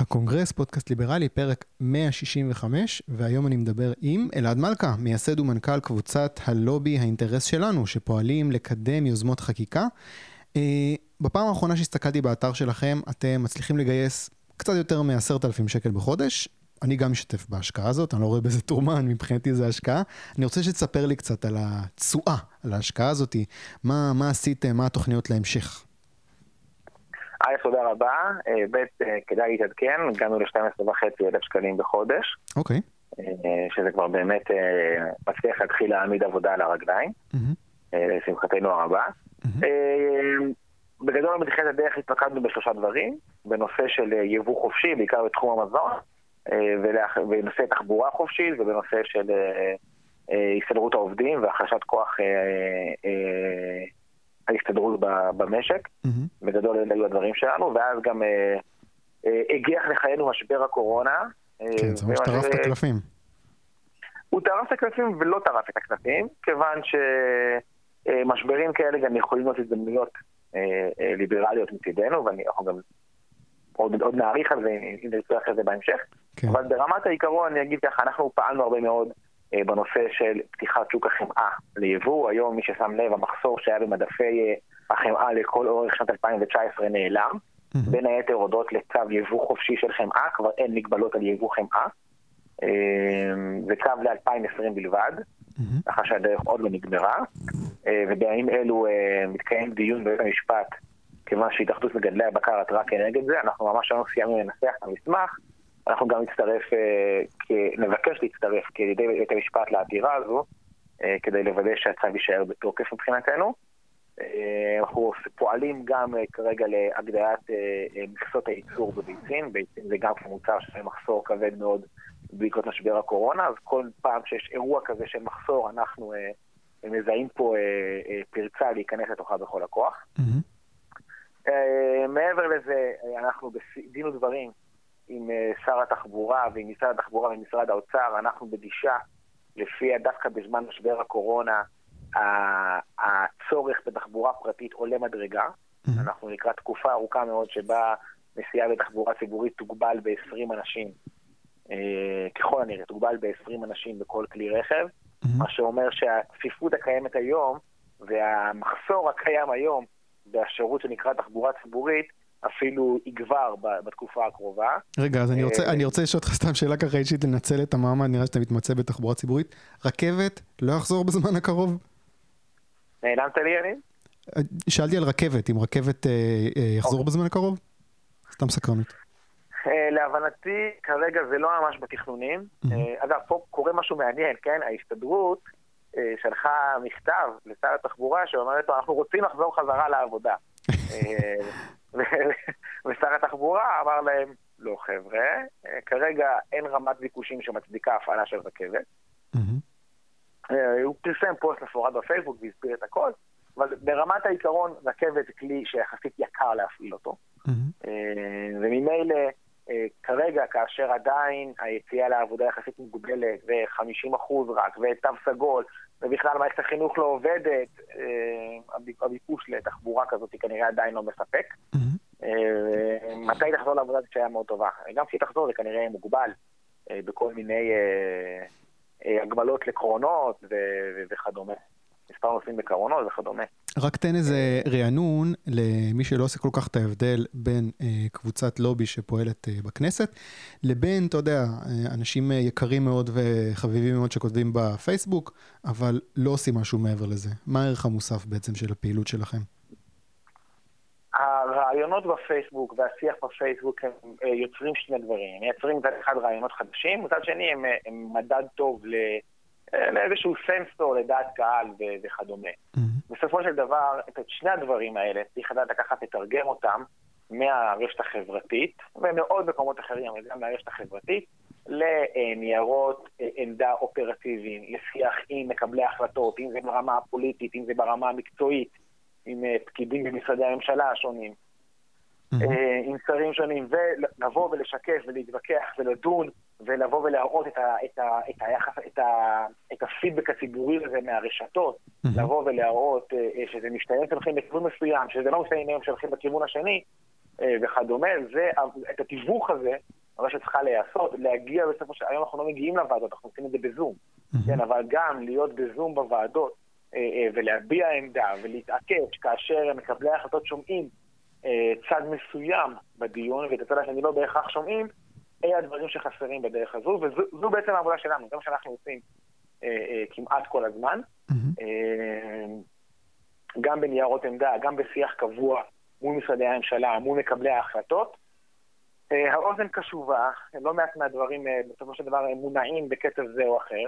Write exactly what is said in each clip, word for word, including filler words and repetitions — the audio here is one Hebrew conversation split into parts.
הקונגרס, פודקאסט ליברלי, פרק מאה שישים וחמש, והיום אני מדבר עם אלעד מלכה, מייסד ומנכ"ל קבוצת הלובי האינטרס שלנו, שפועלים לקדם יוזמות חקיקה. בפעם האחרונה שהסתכלתי באתר שלכם, אתם מצליחים לגייס קצת יותר מ-עשרת אלפים שקל בחודש. אני גם משתף בהשקעה הזאת, אני לא רואה בזה תרומה, מבחינתי זה השקעה. אני רוצה שתספר לי קצת על התשואה, על ההשקעה הזאת, מה, מה עשיתם, מה התוכניות להמשך. היי, תודה רבה. בית כדאי להתעדכן, הגענו ל-שתים עשרה וחצי אלף שקלים בחודש. אוקיי. שזה כבר באמת מצליח להתחיל להעמיד עבודה על הרגליים. לשמחתנו הרבה. בגדול מתחילת הדרך התמקדנו בשלושה דברים, בנושא של יבוא חופשי, בעיקר בתחום המזון, ובנושא תחבורה חופשית, ובנושא של הסתדרות העובדים והחלשת כוח ההסתדרות במשק. בגדול אלה היו הדברים שלנו, ואז גם הגיח לחיינו משבר הקורונה. כן, זה ממש טרף את הקלפים. הוא טרף את הקלפים ולא טרף את הקלפים, כיוון שמשברים כאלה גם יכולים להיות הזדמנויות ליברליות מצידנו, ואנחנו גם עוד, עוד נעריך על זה, אם נרצה אחרי זה בהמשך. כן. אבל ברמת העיקרון, אני אגיד ככה, אנחנו פעלנו הרבה מאוד בנושא של פתיחת שוק החמאה ליבוא. היום מי ששם לב, המחסור שהיה במדפי החמאה לכל אורך שנת אלפיים תשע עשרה נעלם. Mm-hmm. בין היתר הודות לצו יבוא חופשי של חמאה, כבר אין מגבלות על יבוא חמאה. זה צו ל-אלפיים ועשרים בלבד, mm-hmm. אחר שהדרך עוד לא נגמרה. ובימים אלו מתקיים דיון בבית המשפט, כיוון שהתאחדות מגדלי הבקר עתרה כנגד זה. אנחנו ממש לא סיימנו לנסח את המסמך. אנחנו גם נצטרף, נבקש להצטרף כידי בית המשפט לעתירה הזו, כדי לוודא שהצו יישאר בתוקף מבחינתנו. אנחנו פועלים גם כרגע להגדלת מכסות הייצור בביצים. ביצים זה גם כמוצר של מחסור כבד מאוד בעקבות משבר הקורונה, אז כל פעם שיש אירוע כזה של מחסור, אנחנו מזהים פה פרצה להיכנס לתוכה בכל הכוח. Mm-hmm. מעבר לזה, אנחנו בדין ודברים עם שר התחבורה ועם משרד התחבורה ומשרד האוצר. אנחנו בגישה לפי דווקא בזמן משבר הקורונה, הצורך בתחבורה פרטית עולה מדרגה. Mm-hmm. אנחנו לקראת תקופה ארוכה מאוד שבה נסיעה בתחבורה ציבורית תוגבל ב-עשרים אנשים, ככל הנראה תוגבל ב-עשרים אנשים בכל כלי רכב, mm-hmm. מה שאומר שהצפיפות הקיימת היום והמחסור הקיים היום בשירות שנקרא תחבורה ציבורית אפילו יגבר בתקופה הקרובה. רגע, אז אני רוצה, אני רוצה לשאול אותך סתם שאלה ככה אישית, לנצל את המעמד, נראה שאתה מתמצא בתחבורה ציבורית. רכבת לא יחזור בזמן הקרוב? נעלמת לי, אני? שאלתי על רכבת, אם רכבת יחזור בזמן הקרוב? סתם סקרנות. להבנתי, כרגע זה לא ממש בתכנונים. אגב, פה קורה משהו מעניין, כן? ההסתדרות שלחה מכתב לשר התחבורה שאומרת, אנחנו רוצים לחזור חזרה לעבודה. ושר התחבורה אמר להם, לא חבר'ה, כרגע אין רמת ביקושים שמצדיקה הפעלה של רכבת. הוא פרסם פוסט מפורט בפייסבוק והסביר את הכל, אבל ברמת העיקרון רכבת זה כלי שיחסית יקר להפעיל אותו. וממילא כרגע כאשר עדיין היציאה לעבודה יחסית מוגבלת ו-חמישים אחוז רק ותו סגול, ובכלל מערכת החינוך לא עובדת, הביקוש לתחבורה כזאת כנראה עדיין לא מספק. מתי תחזור לעבודה זה שהיה מאוד טובה. גם כשהיא תחזור זה כנראה מוגבל בכל מיני הגבלות לקרונות וכדומה. מספר נושאים בקרונות וכדומה. רק תן איזה רענון למי שלא עושה כל כך את ההבדל בין קבוצת לובי שפועלת בכנסת, לבין, אתה יודע, אנשים יקרים מאוד וחביבים מאוד שכותבים בפייסבוק, אבל לא עושים משהו מעבר לזה. מה הערך המוסף בעצם של הפעילות שלכם? הרעיונות בפייסבוק והשיח בפייסבוק הם יוצרים שני דברים. הם מייצרים מצד אחד רעיונות חדשים, מצד שני הם, הם מדד טוב ל... לאיזשהו סנסור לדעת קהל וכדומה. Mm-hmm. בסופו של דבר, את שני הדברים האלה, צריך לדעת לקחת לתרגם אותם מהרשת החברתית, ומאוד מקומות אחרים, אבל גם מהרשת החברתית, לניירות עמדה אופרטיביים, לשיח עם מקבלי החלטות, אם זה ברמה הפוליטית, אם זה ברמה המקצועית, עם פקידים במשרדי הממשלה השונים, mm-hmm. עם שרים שונים, ולבוא ולשקף ולהתווכח ולדון, ולבוא ולהראות את ה, את ה, את היחס, את ה, את הפידבק הציבורי הזה מהרשתות, mm-hmm. לבוא ולהראות שזה משתיים שלכם בכיוון מסוים, שזה לא משתיים שלכם בכיוון השני, וכדומה, זה, את התיווך הזה, אבל שצריכה להיעשות, להגיע בסופו של היום אנחנו לא מגיעים לוועדות, אנחנו עושים את זה בזום, כן, אבל גם להיות בזום בוועדות, ולהביע עמדה ולהתעקש כאשר מקבלי ההחלטות שומעים צד מסוים בדיון, ואת הצד שאני לא בהכרח שומעים, אלה הדברים שחסרים בדרך הזו, וזו בעצם העבודה שלנו, זה מה שאנחנו עושים כמעט כל הזמן, גם בניירות עמדה, גם בשיח קבוע מול משרדי הממשלה, מול מקבלי ההחלטות. האוזן קשובה, לא מעט מהדברים בסופו של דבר מונעים בקצב זה או אחר.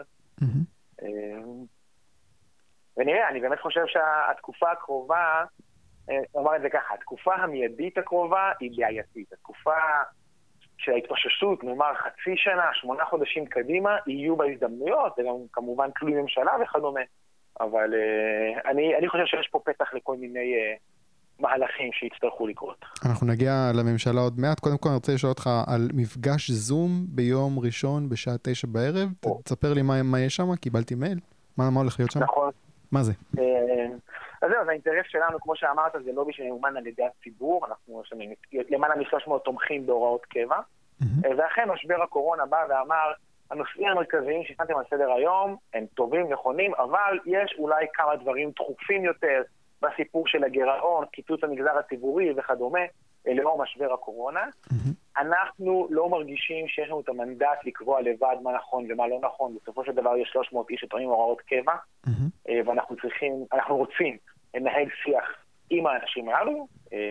ונראה, אני באמת חושב שהתקופה הקרובה, נאמר את זה ככה, התקופה המיידית הקרובה היא בעייתית. התקופה של ההתאוששות, נאמר חצי שנה, שמונה חודשים קדימה, יהיו בהזדמנויות, זה גם כמובן תלוי ממשלה וכדומה. אבל אני, אני חושב שיש פה פתח לכל מיני מהלכים שיצטרכו לקרות. אנחנו נגיע לממשלה עוד מעט. קודם כל אני רוצה לשאול אותך על מפגש זום ביום ראשון בשעה תשע בערב. תספר לי מה, מה יש שם, קיבלתי מייל. מה, מה הולך להיות שם? נכון. מה זה? אז זהו, אז האינטרס שלנו, כמו שאמרת, זה לובי שמאומן על ידי הציבור. אנחנו למעלה מ-שלוש מאות תומכים בהוראות קבע. ואכן משבר הקורונה בא ואמר, הנושאים המרכזיים ששמתם על סדר היום הם טובים, נכונים, אבל יש אולי כמה דברים דחופים יותר בסיפור של הגירעון, קיצוץ המגזר הציבורי וכדומה, לאור משבר הקורונה. אנחנו לא מרגישים שיש לנו את המנדט לקבוע לבד מה נכון ומה לא נכון. בסופו של דבר יש שלוש מאות איש שטוענים הוראות קבע, ואנחנו צריכים, אנחנו רוצים לנהל שיח עם האנשים הללו,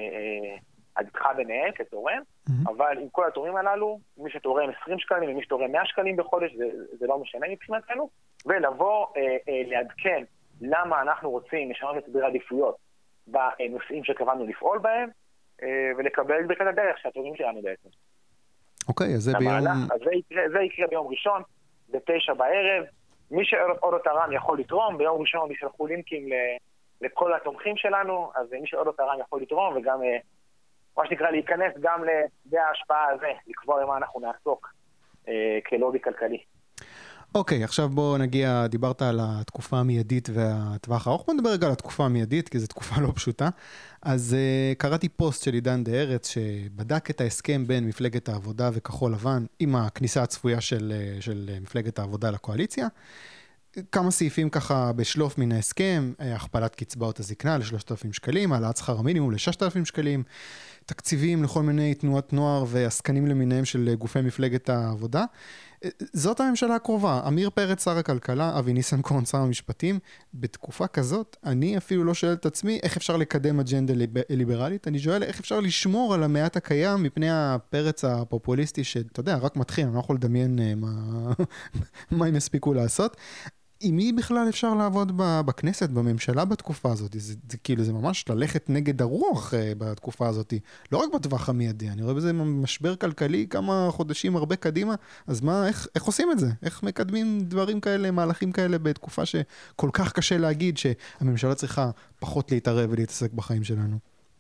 הדתך ביניהם כתורם, אבל עם כל התורמים הללו, מי שתורם עשרים שקלים ומי שתורם מאה שקלים בחודש, זה, זה לא משנה מבחינתנו, ולבוא אה, אה, לעדכן למה אנחנו רוצים לשנות את סדרי העדיפויות בנושאים שקבענו לפעול בהם, אה, ולקבל את ברכת הדרך שהתורמים שלנו בעצם. אוקיי, אז זה ביום... אז זה יקרה, זה יקרה ביום ראשון, בתשע בערב, מי שעוד אותרם יכול לתרום, ביום ראשון ישלחו לינקים ל, לכל התומכים שלנו, אז מי שעוד אותרם יכול לתרום, וגם... אה, מה שנקרא להיכנס גם לשדה ההשפעה הזה, לקבוע למה אנחנו נעסוק אה, כלובי כלכלי. אוקיי, okay, עכשיו בוא נגיע, דיברת על התקופה המיידית והטווח הארוך, בוא נדבר רגע על התקופה המיידית, כי זו תקופה לא פשוטה. אז uh, קראתי פוסט של עידן דה ארץ, שבדק את ההסכם בין מפלגת העבודה וכחול לבן, עם הכניסה הצפויה של, של מפלגת העבודה לקואליציה. כמה סעיפים ככה בשלוף מן ההסכם, הכפלת קצבאות הזקנה ל-שלושת אלפים שקלים, העלאת שכר המינימום ל-שישת אלפים שקלים, תקציבים לכל מיני תנועות נוער ועסקנים למיניהם של גופי מפלגת העבודה. זאת הממשלה הקרובה. אמיר פרץ, שר הכלכלה, אבי ניסנקורן, שר המשפטים. בתקופה כזאת, אני אפילו לא שואל את עצמי איך אפשר לקדם אג'נדה ליברלית. אני שואל איך אפשר לשמור על המעט הקיים מפני הפרץ הפופוליסטי שאתה יודע, רק מתחיל, אני לא יכול לדמיין מה, מה הם הספיקו לעשות. עם מי בכלל אפשר לעבוד בכנסת, בממשלה בתקופה הזאת? זה, זה כאילו, זה ממש ללכת נגד הרוח בתקופה הזאת. לא רק בטווח המיידי, אני רואה בזה משבר כלכלי כמה חודשים הרבה קדימה, אז מה, איך, איך עושים את זה? איך מקדמים דברים כאלה, מהלכים כאלה בתקופה שכל כך קשה להגיד שהממשלה צריכה פחות להתערב ולהתעסק בחיים שלנו?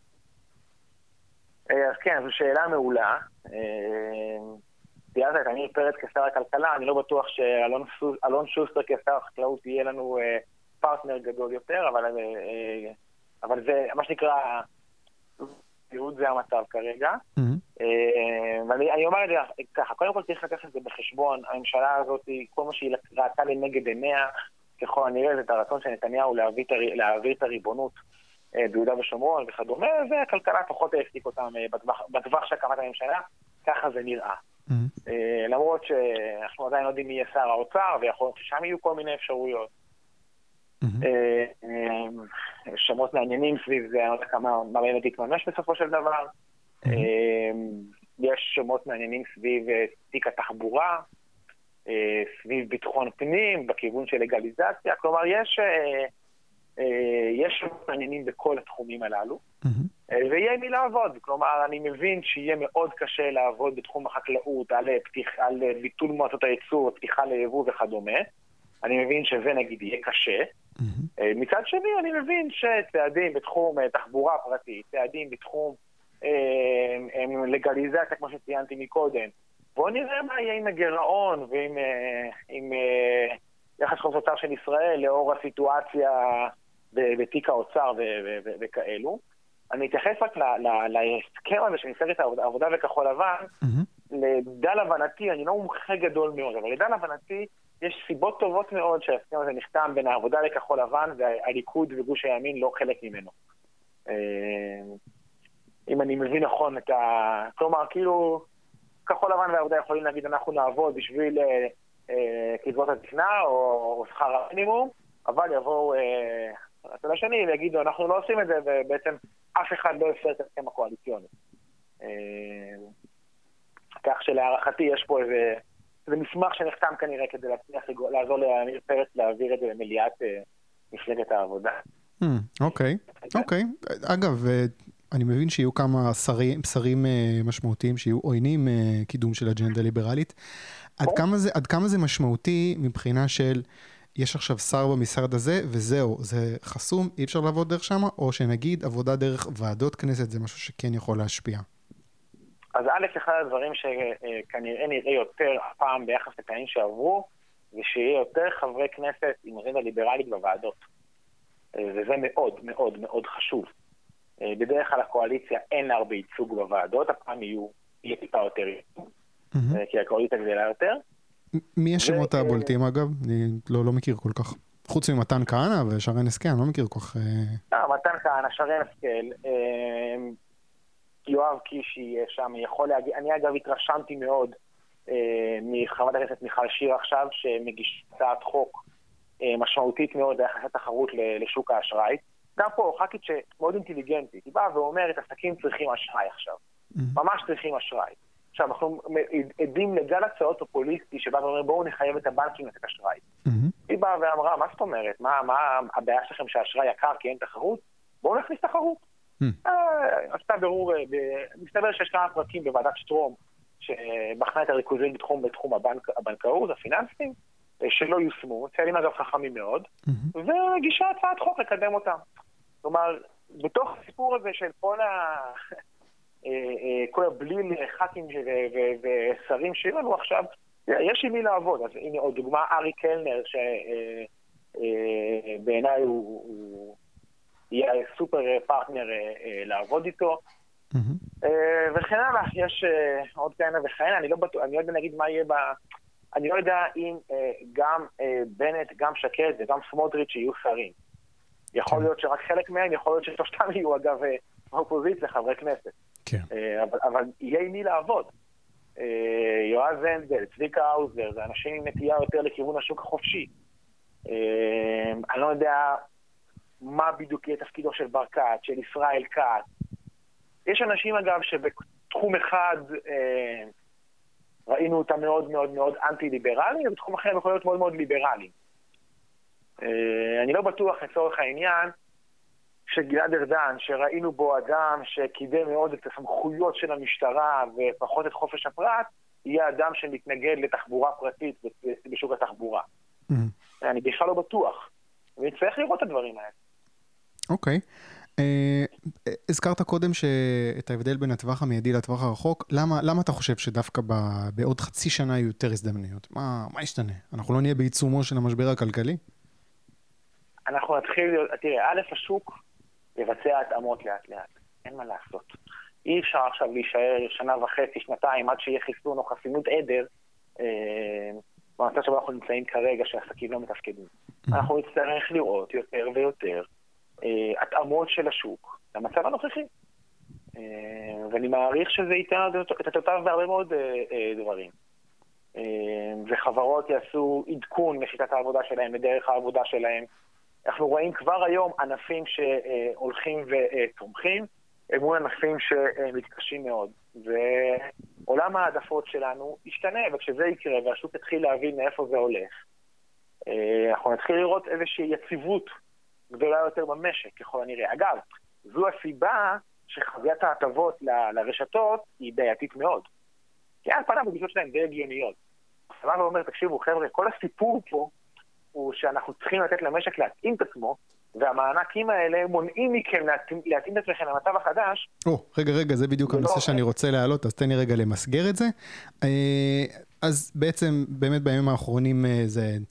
אז כן, זו שאלה מעולה. תיארת, אני פרץ כשר הכלכלה, אני לא בטוח שאלון שוסטר כשר החקלאות יהיה לנו אה, פרטנר גדול יותר, אבל, אה, אבל זה, מה שנקרא, זה המצב כרגע. Mm-hmm. אה, ואני אני אומר את זה ככה, קודם כל צריך לקחת את זה בחשבון, הממשלה הזאת, כל מה שהיא ראתה לנגד עיניה, ככל הנראה, זה את הרצון של נתניהו להעביר, להעביר את הריבונות אה, ביהודה ושומרון וכדומה, והכלכלה פחות העסיק אותם אה, בטווח, בטווח של הקמת הממשלה, ככה זה נראה. Mm-hmm. למרות שאנחנו עדיין לא יודעים מי יהיה שר האוצר, ויכול להיות ששם יהיו כל מיני אפשרויות. Mm-hmm. שמות מעניינים סביב זה, אני לא יודע כמה, מה באמת יתממש בסופו של דבר. Mm-hmm. יש שמות מעניינים סביב תיק התחבורה, סביב ביטחון פנים, בכיוון של לגליזציה, כלומר יש... יש שמות מעניינים בכל התחומים הללו, mm-hmm. ויהיה מי לעבוד. כלומר, אני מבין שיהיה מאוד קשה לעבוד בתחום החקלאות, על, פתיח, על ביטול מועצות הייצור, פתיחה ליבוא וכדומה. אני מבין שזה נגיד יהיה קשה. Mm-hmm. מצד שני, אני מבין שצעדים בתחום תחבורה פרטית, צעדים בתחום הם לגליזציה, כמו שציינתי מקודם. בואו נראה מה יהיה עם הגירעון ועם עם, יחס חוב תוצר של ישראל לאור הסיטואציה בתיק האוצר וכאלו. אני אתייחס רק להסכם הזה של מפלגת העבודה וכחול לבן, לדל הבנתי, אני לא מומחה גדול מאוד, אבל לדל הבנתי יש סיבות טובות מאוד שההסכם הזה נחתם בין העבודה לכחול לבן, והליכוד וגוש הימין לא חלק ממנו. אם אני מבין נכון את ה... כלומר, כאילו, כחול לבן והעבודה יכולים להגיד, אנחנו נעבוד בשביל קצבאות הזקנה או שכר המינימום, אבל יבואו הצד השני ויגידו, אנחנו לא עושים את זה, ובעצם אף אחד לא הפר את ההסכם הקואליציוני. כך שלהערכתי יש פה איזה, איזה מסמך שנחתם כנראה כדי להצליח לעזור לעמיר פרץ להעביר את זה למליאת מפלגת העבודה. אוקיי, אוקיי. אגב, אני מבין שיהיו כמה שרים, שרים משמעותיים שיהיו עוינים קידום של אג'נדה ליברלית. עד כמה זה, עד כמה זה משמעותי מבחינה של יש עכשיו שר במשרד הזה וזהו, זה חסום, אי אפשר לעבוד דרך שמה, או שנגיד עבודה דרך ועדות כנסת זה משהו שכן יכול להשפיע? אז א', אחד הדברים שכנראה נראה יותר הפעם ביחס לתנאים שעברו, זה שיהיה יותר חברי כנסת עם אג'נדה ליברלית בוועדות. וזה מאוד מאוד מאוד חשוב. בדרך כלל הקואליציה אין הרבה ייצוג בוועדות, הפעם יהיו, יהיה טיפה יותר ייצוג, כי הקואליציה גדלה יותר. מי השמות הבולטים אגב? אני לא מכיר כל כך. חוץ ממתן כהנא ושרן השכל, אני לא מכיר כל כך... מתן כהנא, שרן השכל, יואב קישי שם יכול להגיד, אני אגב התרשמתי מאוד מחברת הכנסת מיכל שיר עכשיו, שמגיש הצעת חוק משמעותית מאוד ליחס התחרות לשוק האשראי. גם פה ח"כית שמאוד אינטליגנטית, היא באה ואומרת, עסקים צריכים אשראי עכשיו. ממש צריכים אשראי. עכשיו, אנחנו עדים לגל הצעות פופוליסטי שבא ואומר, בואו נחייב את הבנקים לתת אשראי. היא באה ואמרה, מה זאת אומרת? מה הבעיה שלכם שהאשראי יקר כי אין תחרות? בואו נכניס תחרות. עשתה ברור, מסתבר שיש כמה פרקים בוועדת שטרום, שבחנה את הריכוזים בתחום הבנקאות, הפיננסים, שלא יושמו, צעדים אגב חכמים מאוד, וגישה הצעת חוק לקדם אותם. כלומר, בתוך הסיפור הזה של כל ה... כל הבליל ח"כים ושרים שיהיו לנו עכשיו, יש עם מי לעבוד. אז הנה עוד דוגמה, ארי קלנר, שבעיניי הוא יהיה סופר פרטנר לעבוד איתו, וכן הלאה, יש עוד כהנה וכהנה, אני לא בטוח, אני לא יודע להגיד מה יהיה ב... אני לא יודע אם גם בנט, גם שקד וגם סמוטריץ' יהיו שרים. יכול להיות שרק חלק מהם, יכול להיות ששלושתם יהיו אגב באופוזיציה, חברי כנסת. אבל, אבל יהיה עם מי לעבוד. יועז הנדל, צביקה האוזר, זה אנשים עם נטייה יותר לכיוון השוק החופשי. אני לא יודע מה בדיוק יהיה תפקידו של ברקת, של ישראל כץ. יש אנשים אגב שבתחום אחד ראינו אותם מאוד מאוד מאוד אנטי-ליברליים, ובתחום אחר הם יכולים להיות מאוד מאוד ליברליים. אני לא בטוח לצורך העניין שגלעד ארדן, שראינו בו אדם שקידם מאוד את הסמכויות של המשטרה ופחות את חופש הפרט, יהיה אדם שמתנגד לתחבורה פרטית בשוק התחבורה. אני בכלל לא בטוח. וצריך לראות את הדברים האלה. אוקיי. הזכרת קודם שאת ההבדל בין הטווח המיידי לטווח הרחוק, למה אתה חושב שדווקא בעוד חצי שנה יהיו יותר הזדמנויות? מה ישתנה? אנחנו לא נהיה בעיצומו של המשבר הכלכלי? אנחנו נתחיל, תראה, א' השוק לבצע התאמות לאט לאט. אין מה לעשות. אי אפשר עכשיו להישאר שנה וחצי, שנתיים, עד שיהיה חיסון או חסינות עדר, במצב שבו אנחנו נמצאים כרגע שהעסקים לא מתפקדים. אנחנו נצטרך לראות יותר ויותר התאמות של השוק למצב הנוכחי. ואני מעריך שזה ייתן את התותיו בהרבה מאוד דברים. וחברות יעשו עדכון לשיטת העבודה שלהם, לדרך העבודה שלהם. אנחנו רואים כבר היום ענפים שהולכים ותומכים, מול ענפים שמתקשים מאוד. ועולם העדפות שלנו ישתנה, וכשזה יקרה והשוק יתחיל להבין מאיפה זה הולך, אנחנו נתחיל לראות איזושהי יציבות גדולה יותר במשק, ככל הנראה. אגב, זו הסיבה שחוויית ההטבות ל- לרשתות היא בעייתית מאוד. כי על פניו בגישות שלהם די הגיוניות. סבבה ואומר, תקשיבו חבר'ה, כל הסיפור פה הוא שאנחנו צריכים לתת למשק להתאים את עצמו, והמענקים האלה מונעים מכם להתאים, להתאים את עצמכם למצב החדש. או, רגע, רגע, זה בדיוק הנושא שאני רוצה להעלות, אז תן לי רגע למסגר את זה. אז בעצם, באמת בימים האחרונים זה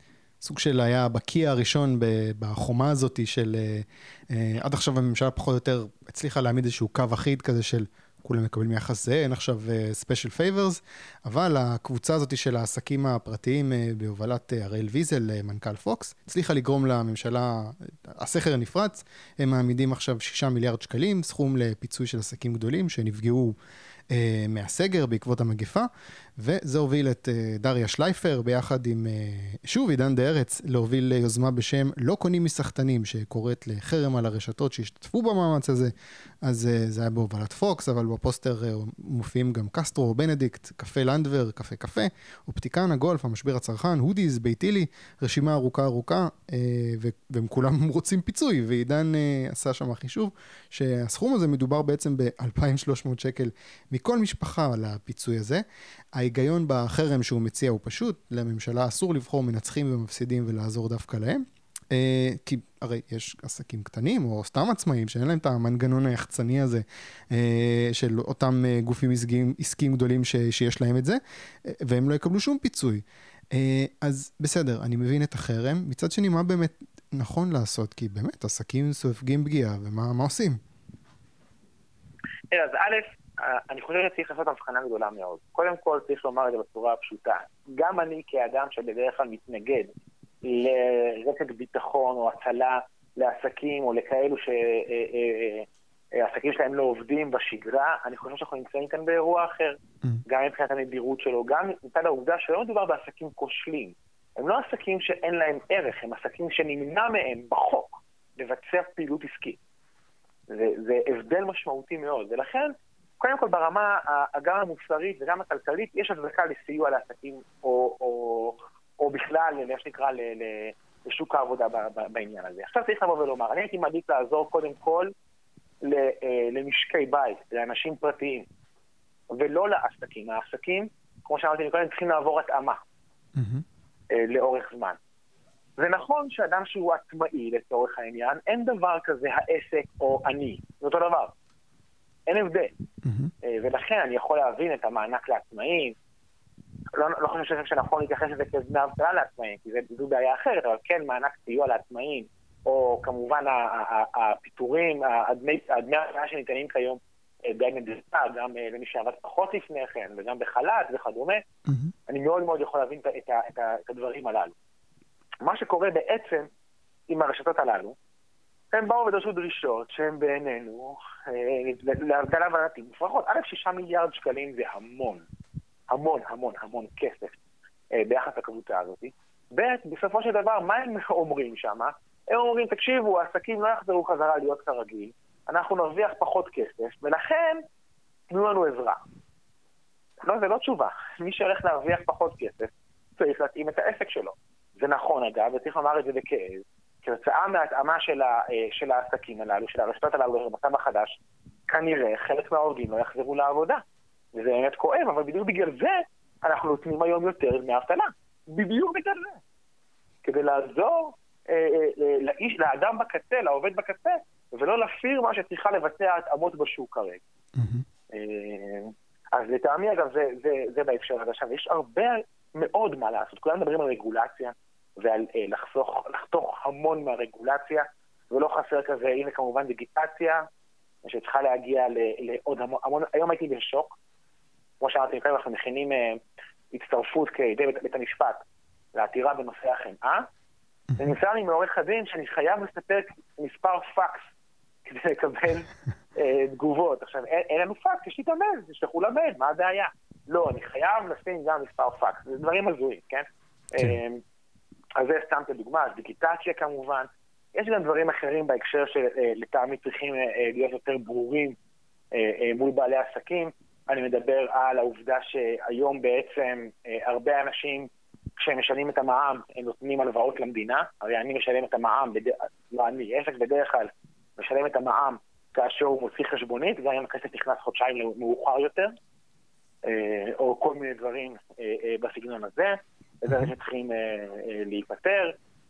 סוג של היה בקיא הראשון בחומה הזאת של, עד עכשיו הממשלה פחות או יותר הצליחה להעמיד איזשהו קו אחיד כזה של כולם מקבלים יחס זה, אין עכשיו ספיישל פייברס, אבל הקבוצה הזאת של העסקים הפרטיים בהובלת הראל ויזל, מנכ"ל פוקס, הצליחה לגרום לממשלה, הסכר נפרץ, הם מעמידים עכשיו שישה מיליארד שקלים, סכום לפיצוי של עסקים גדולים שנפגעו אה, מהסגר בעקבות המגפה, וזה הוביל את אה, דריה שלייפר ביחד עם, אה, שוב, עידן דה ארץ, להוביל יוזמה בשם לא קונים מסחטנים, שקוראת לחרם על הרשתות שהשתתפו במאמץ הזה, אז אה, זה היה בהובלת פוקס, אבל בפוסטר אה, מופיעים גם קסטרו, בנדיקט, קפה לנדבר, קפה קפה, אופטיקנה, גולף, המשביר הצרכן, הודיז, ביתילי, רשימה ארוכה ארוכה, אה, והם כולם רוצים פיצוי, ועידן אה, עשה שם חישוב, שהסכום הזה מדובר בעצם ב-אלפיים ושלוש מאות שקל מכל משפחה על הפיצוי הזה. ההיגיון בחרם שהוא מציע הוא פשוט, לממשלה אסור לבחור מנצחים ומפסידים ולעזור דווקא להם, אה, כי הרי יש עסקים קטנים או סתם עצמאים שאין להם את המנגנון היחצני הזה אה, של אותם אה, גופים עסקיים, עסקיים גדולים ש, שיש להם את זה, אה, והם לא יקבלו שום פיצוי. אה, אז בסדר, אני מבין את החרם, מצד שני מה באמת נכון לעשות, כי באמת עסקים סופגים פגיעה, ומה מה עושים? אז א', אני חושב שצריך לעשות הבחנה גדולה מאוד. קודם כל צריך לומר את זה בצורה פשוטה. גם אני כאדם שבדרך כלל מתנגד לרשת ביטחון או הצלה לעסקים או לכאלו שהעסקים שלהם לא עובדים בשגרה, אני חושב שאנחנו נמצאים כאן באירוע אחר. גם מבחינת הנדירות שלו, גם מצד העובדה שלא מדובר בעסקים כושלים. הם לא עסקים שאין להם ערך, הם עסקים שנמנע מהם בחוק לבצע פעילות עסקית. זה, זה הבדל משמעותי מאוד, ולכן קודם כל ברמה גם המוסרית וגם הכלכלית יש הצדקה לסיוע לעסקים או, או, או בכלל, מה שנקרא, לשוק העבודה בעניין הזה. עכשיו צריך לבוא ולומר, אני הייתי מעדיף לעזור קודם כל למשקי בית, לאנשים פרטיים, ולא לעסקים. העסקים, כמו שאמרתי קודם, צריכים לעבור התאמה לאורך זמן. זה נכון שאדם שהוא עצמאי לצורך העניין, אין דבר כזה העסק או אני, זה אותו דבר. אין הבדל. Mm-hmm. ולכן אני יכול להבין את המענק לעצמאים, לא, לא חושב שנכון להתייחס לזה כדמי אבטלה לעצמאים, כי זו בעיה אחרת, אבל כן מענק סיוע לעצמאים, או כמובן הפיטורים, הדמי אבטלה שניתנים כיום די נדיבה, גם למי שעבד פחות לפני כן, וגם בחל"ת וכדומה, mm-hmm. אני מאוד מאוד יכול להבין את, את, את, את הדברים הללו. מה שקורה בעצם עם הרשתות הללו, הם באו ודרשו דרישות שהן בעינינו, להבדלה ולנתים מופרכות. א', שישה מיליארד שקלים זה המון, המון, המון, המון כסף ביחס לקבוצה הזאת. ב', בסופו של דבר, מה הם אומרים שם? הם אומרים, תקשיבו, העסקים לא יחזרו חזרה להיות כרגיל, אנחנו נרוויח פחות כסף, ולכן תנו לנו עזרה. לא, זה לא תשובה. מי שהולך להרוויח פחות כסף, צריך להתאים את העסק שלו. זה נכון אגב, וצריך לומר את זה בכאב, כתוצאה מההתאמה של, ה, של העסקים הללו, של הרשתות הללו במצב החדש, כנראה חלק מהעובדים לא יחזרו לעבודה. וזה באמת כואב, אבל בדיוק בגלל זה אנחנו נותנים היום יותר דמי אבטלה. בדיוק בגלל זה. כדי לעזור אה, אה, לאיש, לאדם בקצה, לעובד בקצה, ולא להפיר מה שצריכה לבצע התאמות בשוק כרגע. Mm-hmm. אה, אז לטעמי אגב, זה, זה, זה בהקשר הזה. עכשיו, יש הרבה מאוד מה לעשות. כולם מדברים על רגולציה, ועל אה, לחסוך, לחתוך המון מהרגולציה, ולא חסר כזה, הנה כמובן דיגיטציה, שצריכה להגיע לעוד המון, המון, היום הייתי בשוק, כמו שאמרתי, אנחנו מכינים אה, הצטרפות כדי בית, בית המשפט, לעתירה בנושא החמאה, ונמצא לי מעורך הדין שאני חייב לספק מספר פקס, כדי לקבל אה, תגובות. עכשיו, אין, אין לנו פקס, יש לי את המייל, תשלחו למייל, מה הבעיה? לא, אני חייב לשים גם מספר פקס, זה דברים הזויים, כן? כן. אה, אז זה סתם כדוגמה, אז דיגיטציה כמובן, יש גם דברים אחרים בהקשר שלטעמי צריכים להיות יותר ברורים מול בעלי עסקים. אני מדבר על העובדה שהיום בעצם הרבה אנשים כשהם משלמים את המע"מ הם נותנים הלוואות למדינה, הרי אני משלם את המע"מ, בד... לא אני, עסק בדרך כלל משלם את המע"מ כאשר הוא מוציא חשבונית, גם אם הכסף נכנס חודשיים מאוחר יותר, או כל מיני דברים בסגנון הזה, וזה שצריכים להיפטר.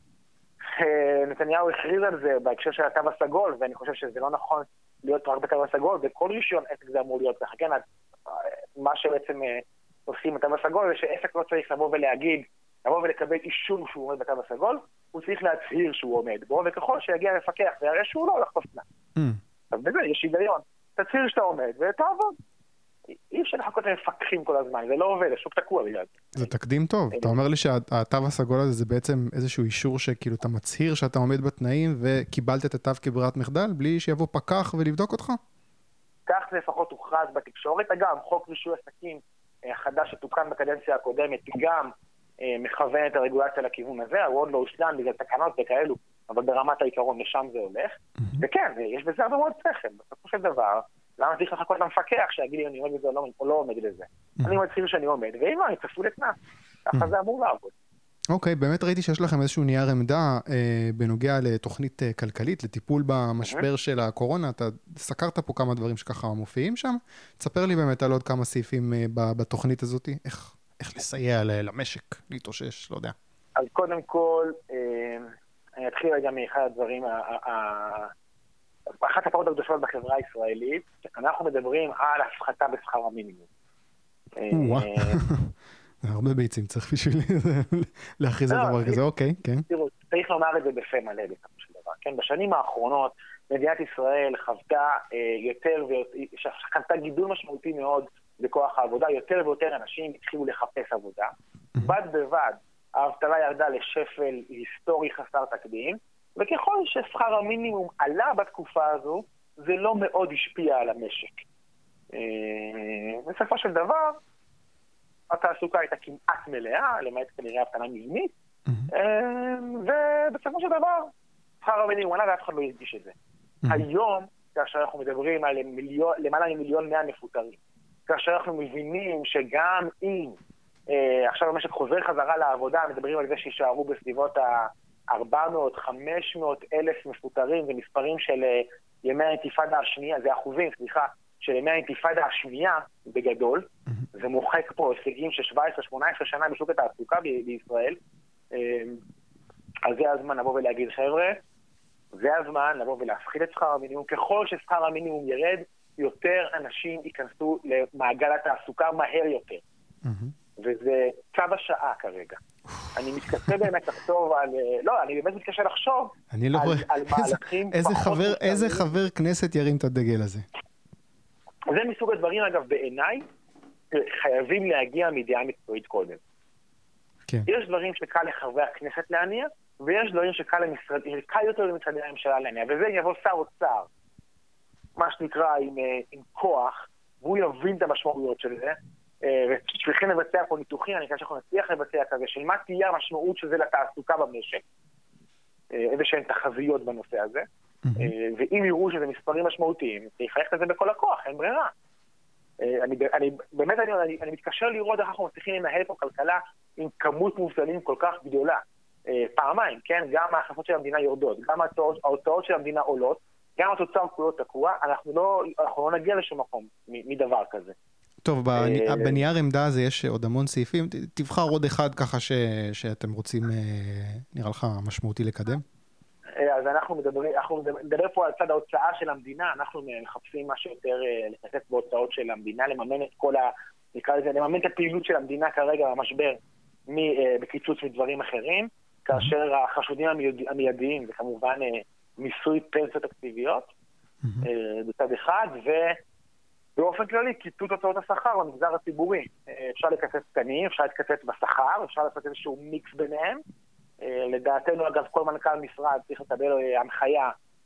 נתניהו הכריז על זה בהקשר של התו הסגול, ואני חושב שזה לא נכון להיות רק בתו הסגול, וכל רישיון עסק זה אמור להיות ככה. כן, מה שבעצם עושים בתו הסגול זה שעסק לא צריך לבוא ולהגיד, לבוא ולקבל אישור שהוא עומד בתו הסגול, הוא צריך להצהיר שהוא עומד בו, וככל שיגיע לפקח ויראה שהוא לא, לחטוף קנס. אז בזה יש היגיון. תצהיר שאתה עומד ותעבוד. אי אפשר לחכות למפקחים כל הזמן, זה לא עובד, השוק תקוע בגלל זה. זה תקדים טוב. אתה אומר לי שהתו הסגול הזה זה בעצם איזשהו אישור שכאילו אתה מצהיר שאתה עומד בתנאים וקיבלת את התו כברירת מחדל, בלי שיבוא פקח ולבדוק אותך? כך זה לפחות הוכרז בתקשורת. אגב, חוק רישוי עסקים החדש שתוקן בקדנציה הקודמת, גם מכוון את הרגולציה לכיוון הזה, הוא עוד לא הושלם בגלל תקנות וכאלו, אבל ברמת העיקרון לשם זה הולך. וכן, יש בזה הרבה מאוד שכל. בסופו של דבר, למה צריך לחכות למפקח שיגיד לי אני עומד בזה או לא עומד בזה? אני מצהיר שאני עומד, ואם לא, אני צפוי לקנס. ככה זה אמור לעבוד. אוקיי, באמת ראיתי שיש לכם איזשהו נייר עמדה בנוגע לתוכנית כלכלית, לטיפול במשבר של הקורונה. אתה סקרת פה כמה דברים שככה מופיעים שם. תספר לי באמת על עוד כמה סעיפים בתוכנית הזאת. איך, איך לסייע למשק, להתאושש, לא יודע. אז קודם כל, אני אתחיל רגע מאחד הדברים, אחת הפרות הקדושות בחברה הישראלית, אנחנו מדברים על הפחתה בשכר המינימום. הרבה ביצים, צריך בשביל להכריז על דבר כזה, אוקיי, כן. תראו, צריך לומר את זה בפה מלא בסופו של דבר, כן? בשנים האחרונות מדינת ישראל חוותה יותר ויותר, חוותה גידול משמעותי מאוד בכוח העבודה, יותר ויותר אנשים התחילו לחפש עבודה. בד בבד, האבטלה ירדה לשפל היסטורי חסר תקדים, וככל ששכר המינימום עלה בתקופה הזו, זה לא מאוד השפיע על המשק. בסופו של דבר, התעסוקה הייתה כמעט מלאה, למעט כנראה אבטלה מבנית, ובסופו של דבר, שכר המינימום עלה ואף אחד לא הרגיש את זה. היום, כאשר אנחנו מדברים על למעלה ממיליון מאה מפוטרים, כאשר אנחנו מבינים שגם אם עכשיו המשק חוזר חזרה לעבודה, מדברים על זה שישארו בסביבות ה-ארבע מאות עד חמש מאות אלף מפוטרים, זה מספרים של ימי האינתיפאדה השנייה, זה אחוזים, סליחה, של ימי האינתיפאדה השנייה בגדול, זה מוחק פה הישגים של שבע עשרה שמונה עשרה שנה בשוק התעסוקה בישראל. אז זה הזמן לבוא ולהגיד, חבר'ה, זה הזמן לבוא ולהפחית את שכר המינימום. ככל ששכר המינימום ירד, יותר אנשים ייכנסו למעגל התעסוקה מהר יותר. וזה צו השעה כרגע. אני מתקשה באמת לחשוב על... לא, אני באמת מתקשה לחשוב אני לא רואה... על מהלכים פחות... איזה חבר כנסת ירים את הדגל הזה? זה מסוג הדברים, אגב, בעיניי, חייבים להגיע מידיעה מקצועית קודם. כן. יש דברים שקל לחברי הכנסת להניע, ויש דברים שקל למשרד, קל יותר למשרדי הממשלה להניע, וזה יבוא שר אוצר, מה שנקרא עם, עם כוח, והוא יבין את המשמעויות של זה, וצריכים לבצע פה ניתוחים, אני חושב שאנחנו נצליח לבצע כזה, של מה תהיה המשמעות של זה לתעסוקה במשק, איזה שהן תחזיות בנושא הזה, ואם יראו שזה מספרים משמעותיים, צריך ללכת את זה בכל הכוח, אין ברירה. אני, אני, באמת אני, אני, אני מתקשר לראות איך אנחנו מצליחים לנהל פה כלכלה עם כמות מובטלים כל כך גדולה. פעמיים, כן? גם ההכנסות של המדינה יורדות, גם ההוצאות, ההוצאות של המדינה עולות, גם התוצר כולו תקוע, אנחנו לא, אנחנו לא נגיע לשום מקום מדבר כזה. טוב, בנייר עמדה הזה יש עוד המון סעיפים, תבחר עוד אחד ככה ש, שאתם רוצים, נראה לך משמעותי לקדם? אז אנחנו מדברים, אנחנו מדברים פה על צד ההוצאה של המדינה, אנחנו מחפשים משהו יותר לקצץ בהוצאות של המדינה, לממן את כל ה... נקרא לזה, לממן את הפעילות של המדינה כרגע במשבר בקיצוץ מדברים אחרים, כאשר החשודים המיידיים זה כמובן מיסוי פנסיות תקציביות בצד אחד, ובאופן כללי קיצוץ הוצאות השכר במגזר הציבורי. אפשר לקצץ תקנים, אפשר לקצץ בשכר, אפשר לעשות איזשהו מיקס ביניהם. לדעתנו, אגב, כל מנכ"ל משרד צריך לקבל הנחיה,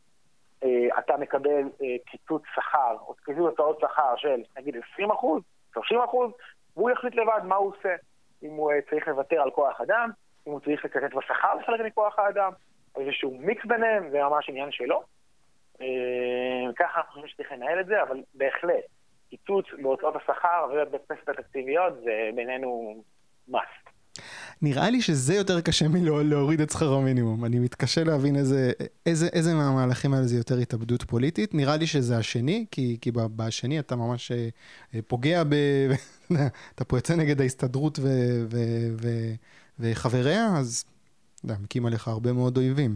אתה מקבל קיצוץ שכר, או קיצוץ הוצאות שכר של, נגיד, עשרים אחוז, שלושים אחוז, והוא יחליט לבד מה הוא עושה. אם הוא צריך לוותר על כוח אדם, אם הוא צריך לקצץ בשכר לחלק מכוח האדם, איזשהו מיקס ביניהם, זה ממש עניין שלו. ככה אנחנו חושבים שצריך לנהל את זה, אבל בהחלט, קיצוץ בהוצאות השכר ובפנסיות התקציביות, זה בינינו must. נראה לי שזה יותר קשה מלהוריד את שכר המינימום. אני מתקשה להבין איזה, איזה, איזה מהמהלכים האלה זה יותר התאבדות פוליטית. נראה לי שזה השני, כי, כי בשני אתה ממש פוגע ב... אתה פה יוצא נגד ההסתדרות ו, ו, ו, וחבריה, אז אתה מקים עליך הרבה מאוד אויבים.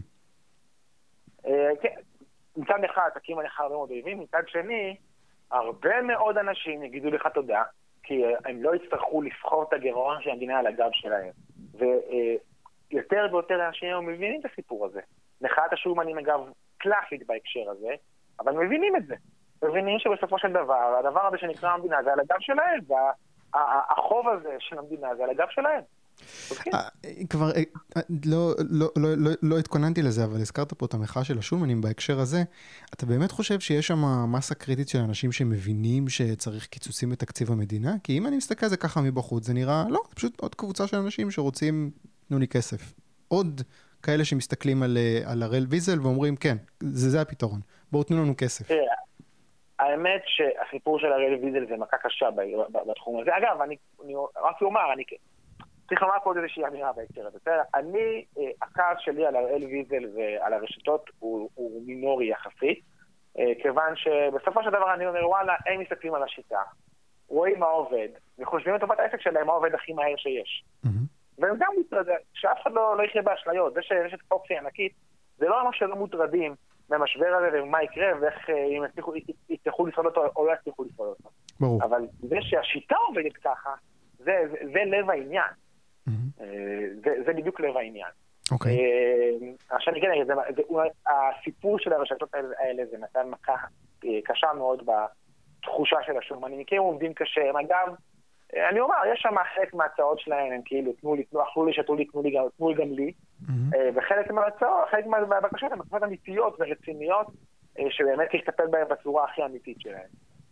כן, מצד אחד תקים עליך הרבה מאוד אויבים, מצד שני, הרבה מאוד אנשים יגידו לך תודה, כי הם לא יצטרכו לסחור את הגירעון של המדינה על הגב שלהם. ויותר ויותר אנשים מבינים את הסיפור הזה. מחאת השולמנים אגב קלאסית בהקשר הזה, אבל מבינים את זה. מבינים שבסופו של דבר, הדבר הזה שנקרא המדינה זה על הגב שלהם, והחוב הזה של המדינה זה על הגב שלהם. כבר לא התכוננתי לזה, אבל הזכרת פה את המחאה של השולמנים בהקשר הזה. אתה באמת חושב שיש שם מסה קריטית של אנשים שמבינים שצריך קיצוצים בתקציב המדינה? כי אם אני מסתכל על זה ככה מבחוץ, זה נראה, לא, זה פשוט עוד קבוצה של אנשים שרוצים, תנו לי כסף. עוד כאלה שמסתכלים על הראל ויזל ואומרים, כן, זה הפתרון. בואו תנו לנו כסף. האמת שהסיפור של הראל ויזל זה מכה קשה בתחום הזה. אגב, אני רק אומר, אני צריך לומר פה איזושהי אמירה בהקשר הזה. אני, הכעס שלי על הראל ויזל ועל הרשתות הוא מינורי יחסית, כיוון שבסופו של דבר אני אומר, וואלה, הם מסתכלים על השיטה, רואים מה עובד, וחושבים את טובת העסק שלהם, מה עובד הכי מהר שיש. והם גם מוטרדים, שאף אחד לא יחיה באשליות. זה שרשת פוקסי ענקית, זה לא ממש שלא מוטרדים מהמשבר הזה ומה יקרה, ואיך אם יצטרכו לשרוד אותו או לא יצטרכו לשרוד אותו. ברור. אבל זה שהשיטה עובדת ככה, זה, זה, זה לב העניין. Mm-hmm. זה, זה בדיוק לב העניין. אוקיי. עכשיו אני כן אגיד, הסיפור של הרשתות האלה זה נתן מכה קשה מאוד בתחושה של השולמנים, כי הם עובדים קשה. הם אגב, אני אומר, יש שם חלק מההצעות שלהם, הם כאילו, תנו לי, תנו, אכלו לי, שתו לי, תנו לי, תנו לי גם לי. וחלק מההצעות, חלק מהבקשות, הן בקשות אמיתיות ורציניות, שבאמת צריך לטפל בהן בצורה הכי אמיתית שלהם.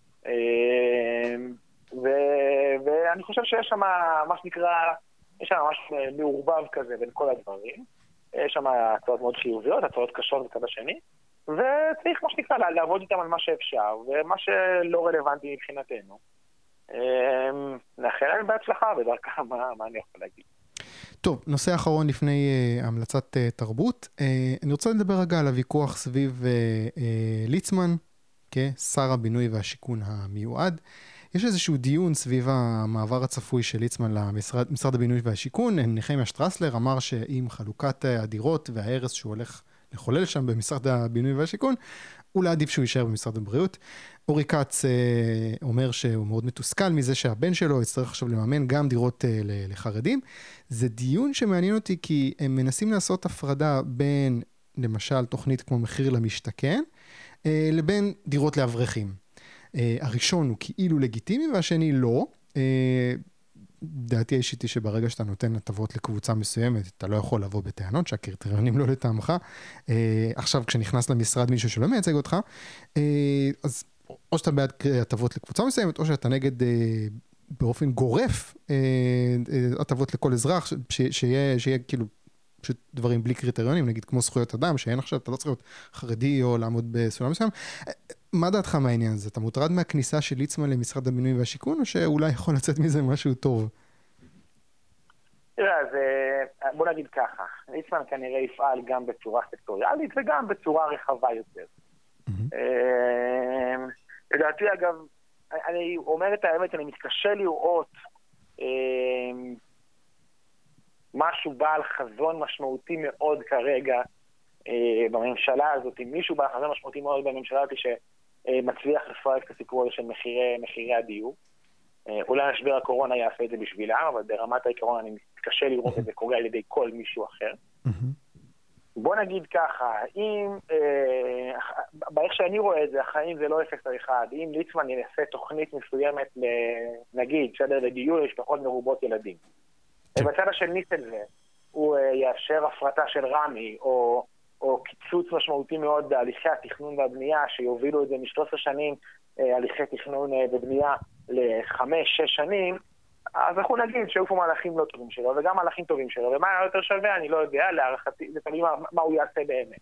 ואני חושב שיש שם, מה שנקרא, יש שם ממש מעורבב כזה בין כל הדברים. יש שם הצעות מאוד חיוביות, הצעות קשות בצד השני, וצריך, מה שנקרא, לעבוד איתם על מה שאפשר, ומה שלא רלוונטי מבחינתנו. נאחל להם בהצלחה, בדרכה, מה אני יכול להגיד. טוב, נושא אחרון לפני uh, המלצת uh, תרבות. Uh, אני רוצה לדבר רגע על הוויכוח סביב uh, uh, ליצמן, כשר הבינוי והשיכון המיועד. יש איזשהו דיון סביב המעבר הצפוי של ליצמן למשרד משרד הבינוי והשיכון. נחמיה שטרסלר אמר שעם חלוקת הדירות וההרס שהוא הולך לחולל שם במשרד הבינוי והשיכון, אולי עדיף שהוא יישאר במשרד הבריאות. אורי קץ אה, אומר שהוא מאוד מתוסכל מזה שהבן שלו יצטרך עכשיו לממן גם דירות אה, לחרדים. זה דיון שמעניין אותי כי הם מנסים לעשות הפרדה בין, למשל, תוכנית כמו מחיר למשתכן, אה, לבין דירות לאברכים. אה, הראשון הוא כאילו לגיטימי והשני לא. אה, דעתי האישית היא שברגע שאתה נותן הטבות לקבוצה מסוימת, אתה לא יכול לבוא בטענות שהקריטריונים לא לטעמך. אה, עכשיו כשנכנס למשרד מישהו שלא מייצג אותך, אה, אז או שאתה בעד הטבות לקבוצה מסוימת, או שאתה נגד אה, באופן גורף אה, אה, הטבות לכל אזרח, ש, שיהיה, שיהיה כאילו פשוט דברים בלי קריטריונים, נגיד כמו זכויות אדם, שאין עכשיו, אתה לא צריך להיות חרדי או לעמוד בסולם מסוים. מה דעתך מהעניין הזה? אתה מוטרד מהכניסה של ליצמן למשרד הבינוי והשיכון, או שאולי יכול לצאת מזה משהו טוב? תראה, אז בוא נגיד ככה, ליצמן כנראה יפעל גם בצורה סקטוריאלית וגם בצורה רחבה יותר. לדעתי אגב, אני אומר את האמת, אני מתקשה לראות משהו בעל חזון משמעותי מאוד כרגע בממשלה הזאת, אם מישהו בעל חזון משמעותי מאוד בממשלה הזאת שמצליח לפרק את הסיפור הזה של מחירי, מחירי הדיור. אולי משבר הקורונה יעשה את זה בשבילם, אבל ברמת העיקרון אני מתקשה לראות את זה קורה על ידי כל מישהו אחר. בוא נגיד ככה, אם, באיך שאני רואה את זה, החיים זה לא אפס על אחד. אם ליצמן יעשה תוכנית מסוימת, נגיד, שדר לדיור למשפחות מרובות ילדים. ובצד השני של זה, הוא יאפשר הפרטה של רמי, או, או קיצוץ משמעותי מאוד בהליכי התכנון והבנייה, שיובילו את זה מ-שלוש עשרה שנים, הליכי תכנון ובנייה ל-חמש שש שנים, אז אנחנו נגיד שהיו פה מהלכים לא טובים שלו, וגם מהלכים טובים שלו, ומה היה יותר שווה, אני לא יודע, להערכתי, זה תמיד מה, מה הוא יעשה באמת.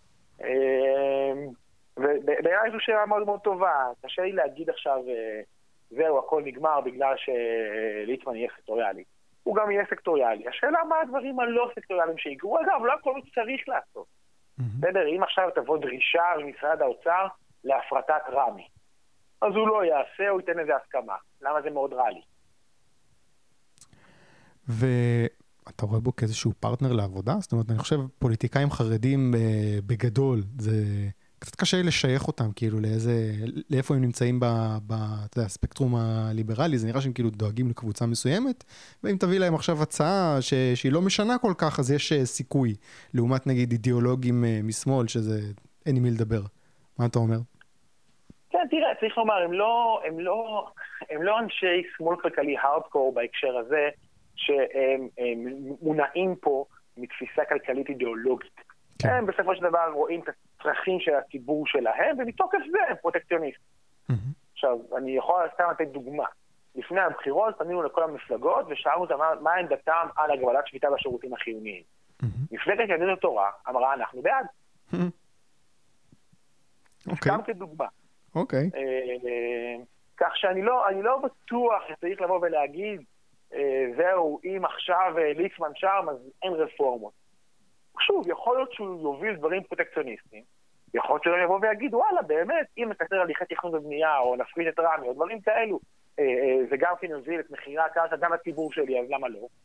ובעיניי זו שאלה מאוד מאוד טובה, קשה לי להגיד עכשיו, זהו, הכל נגמר בגלל שליצמן יהיה סקטוריאלי. הוא גם יהיה סקטוריאלי. השאלה מה הדברים הלא סקטוריאליים שיגרו, אגב, לא הכל הוא צריך לעשות. בסדר, אם עכשיו תבוא דרישה ממשרד האוצר להפרטת רמי, אז הוא לא יעשה, הוא ייתן איזה הסכמה. למה זה מאוד רע לי? ואתה רואה בו כאיזשהו פרטנר לעבודה? זאת אומרת, אני חושב, פוליטיקאים חרדים בגדול, זה קצת קשה לשייך אותם, כאילו, לאיזה, לאיפה הם נמצאים בספקטרום הליברלי, זה נראה שהם כאילו דואגים לקבוצה מסוימת, ואם תביא להם עכשיו הצעה ש, שהיא לא משנה כל כך, אז יש סיכוי, לעומת נגיד אידיאולוגים משמאל, שזה אין עם מי לדבר. מה אתה אומר? כן, תראה, צריך לומר, הם לא, הם לא, הם לא אנשי שמאל כלכלי הארדקור בהקשר הזה, שהם הם מונעים פה מתפיסה כלכלית אידיאולוגית. כן. הם בסופו של דבר רואים את הצרכים של הציבור שלהם, ומתוקף זה הם פרוטקציוניסט. Mm-hmm. עכשיו, אני יכול סתם לתת דוגמה. לפני הבחירות פנינו לכל המפלגות, ושאלנו אותם מה, מה עמדתם על הגבלת שביתה בשירותים החיוניים. Mm-hmm. מפלגת יהדות התורה אמרה, אנחנו בעד. Mm-hmm. אוקיי. סתם כדוגמה. אוקיי. כך שאני לא, אני לא בטוח שצריך לבוא ולהגיד, זהו, אם עכשיו ליצמן שם, אז אין רפורמות. שוב, יכול להיות שהוא יוביל דברים פרוטקציוניסטיים, יכול להיות שהוא יבוא ויגיד, וואלה, באמת, אם נקצר הליכי תכנון ובנייה, או נפריד את רמי, או דברים כאלו, זה גם כן יוביל את מחירי הקרקע, גם לציבור שלי, אז למה לא?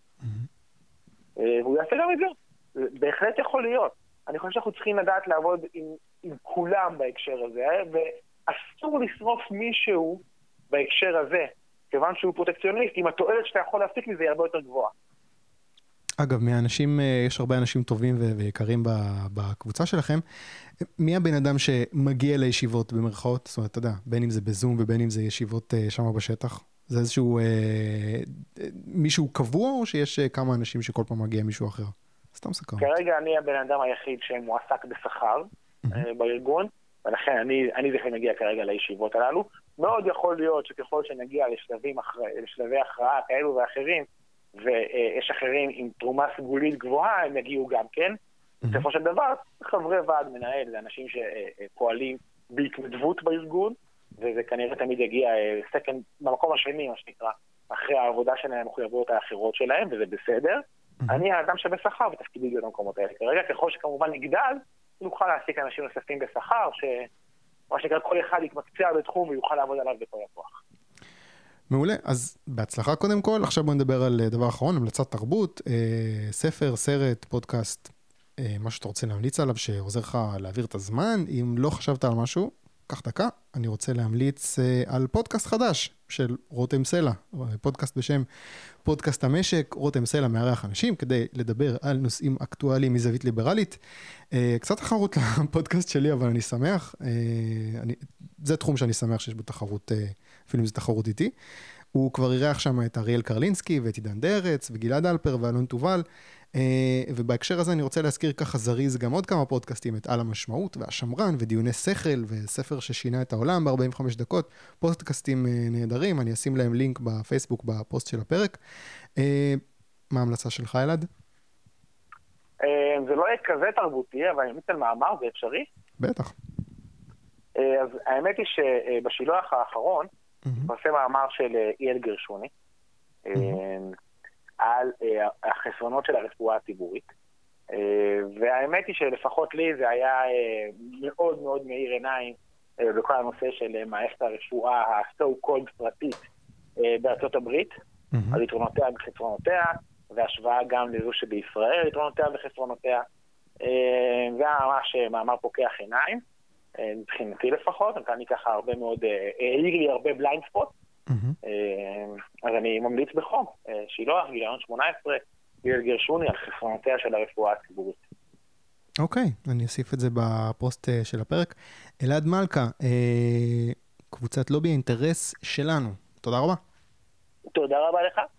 והוא יעשה גם את זה. בהחלט יכול להיות. אני חושב שאנחנו צריכים לדעת לעבוד עם, עם כולם בהקשר הזה, ואסור לשרוף מישהו בהקשר הזה, כיוון שהוא פרוטקציוניסט, אם התועלת שאתה יכול להפיק מזה היא הרבה יותר גבוהה. אגב, מהאנשים, יש הרבה אנשים טובים ויקרים בקבוצה שלכם. מי הבן אדם שמגיע לישיבות במרכאות? זאת אומרת, אתה יודע, בין אם זה בזום ובין אם זה ישיבות שם בשטח? זה איזשהו אה, מישהו קבוע, או שיש כמה אנשים שכל פעם מגיע מישהו אחר? סתם סקר. כרגע אני הבן אדם היחיד שמועסק בשכר mm-hmm. אה, בארגון, ולכן אני, אני זכן מגיע כרגע לישיבות הללו. מאוד יכול להיות שככל שנגיע לשלבים אחר, לשלבי הכרעה כאלו ואחרים, ויש אחרים עם תרומה סגולית גבוהה, הם יגיעו גם כן. בסופו של דבר, חברי ועד מנהל, זה אנשים שפועלים בהתנדבות בארגון, וזה כנראה תמיד יגיע סקנד, במקום השני, מה שנקרא, אחרי העבודה שלהם, מחויבויות האחרות שלהם, וזה בסדר. אני האדם שבשכר ותפקידי להיות במקומות האלה. כרגע, ככל שכמובן נגדל, נוכל להעסיק אנשים נוספים בשכר, שמה שנקרא כל אחד יתמקצע בתחום ויוכל לעבוד עליו בכל הכוח. מעולה, אז בהצלחה קודם כל. עכשיו בוא נדבר על דבר אחרון, המלצת תרבות, אה, ספר, סרט, פודקאסט, אה, משהו שאתה רוצה להמליץ עליו שעוזר לך להעביר את הזמן. אם לא חשבת על משהו, קח דקה, אני רוצה להמליץ אה, על פודקאסט חדש של רותם סלע, פודקאסט בשם פודקאסט המשק. רותם סלע מארח אנשים כדי לדבר על נושאים אקטואליים מזווית ליברלית. אה, קצת תחרות לפודקאסט שלי, אבל אני שמח. אה, אני, זה תחום שאני שמח שיש בו תחרות, אה, אפילו אם זה תחרות איתי. הוא כבר אירח שם את אריאל קרלינסקי ואת עידן דרץ וגלעד אלפר ואלון תובל. ובהקשר הזה אני רוצה להזכיר ככה זריז גם עוד כמה פודקאסטים, את על המשמעות והשמרן ודיוני שכל וספר ששינה את העולם ב-ארבעים וחמש דקות, פודקאסטים נהדרים, אני אשים להם לינק בפייסבוק בפוסט של הפרק. מה ההמלצה שלך, אלעד? זה לא יהיה כזה תרבותי, אבל אני אמיץ על מאמר, זה אפשרי? בטח. אז האמת היא שבשילוח האחרון פרסם מאמר של אייל גרשוני, על החסרונות של הרפואה הציבורית, והאמת היא שלפחות לי זה היה מאוד מאוד מאיר עיניים בכל הנושא של מערכת הרפואה ה-so called פרטית בארצות הברית, על יתרונותיה וחסרונותיה, והשוואה גם לזו שבישראל, יתרונותיה וחסרונותיה, וממש מאמר פוקח עיניים, מבחינתי לפחות, נתן לי ככה הרבה מאוד, העיר לי הרבה בליינד ספוט, אז אני ממליץ בחום, שילוח, גיליון שמונה עשרה, אייל גרשוני, על חסרונותיה של הרפואה הציבורית. אוקיי, אני אוסיף את זה בפוסט של הפרק. אלעד מלכה, קבוצת לובי האינטרס שלנו. תודה רבה. תודה רבה לך.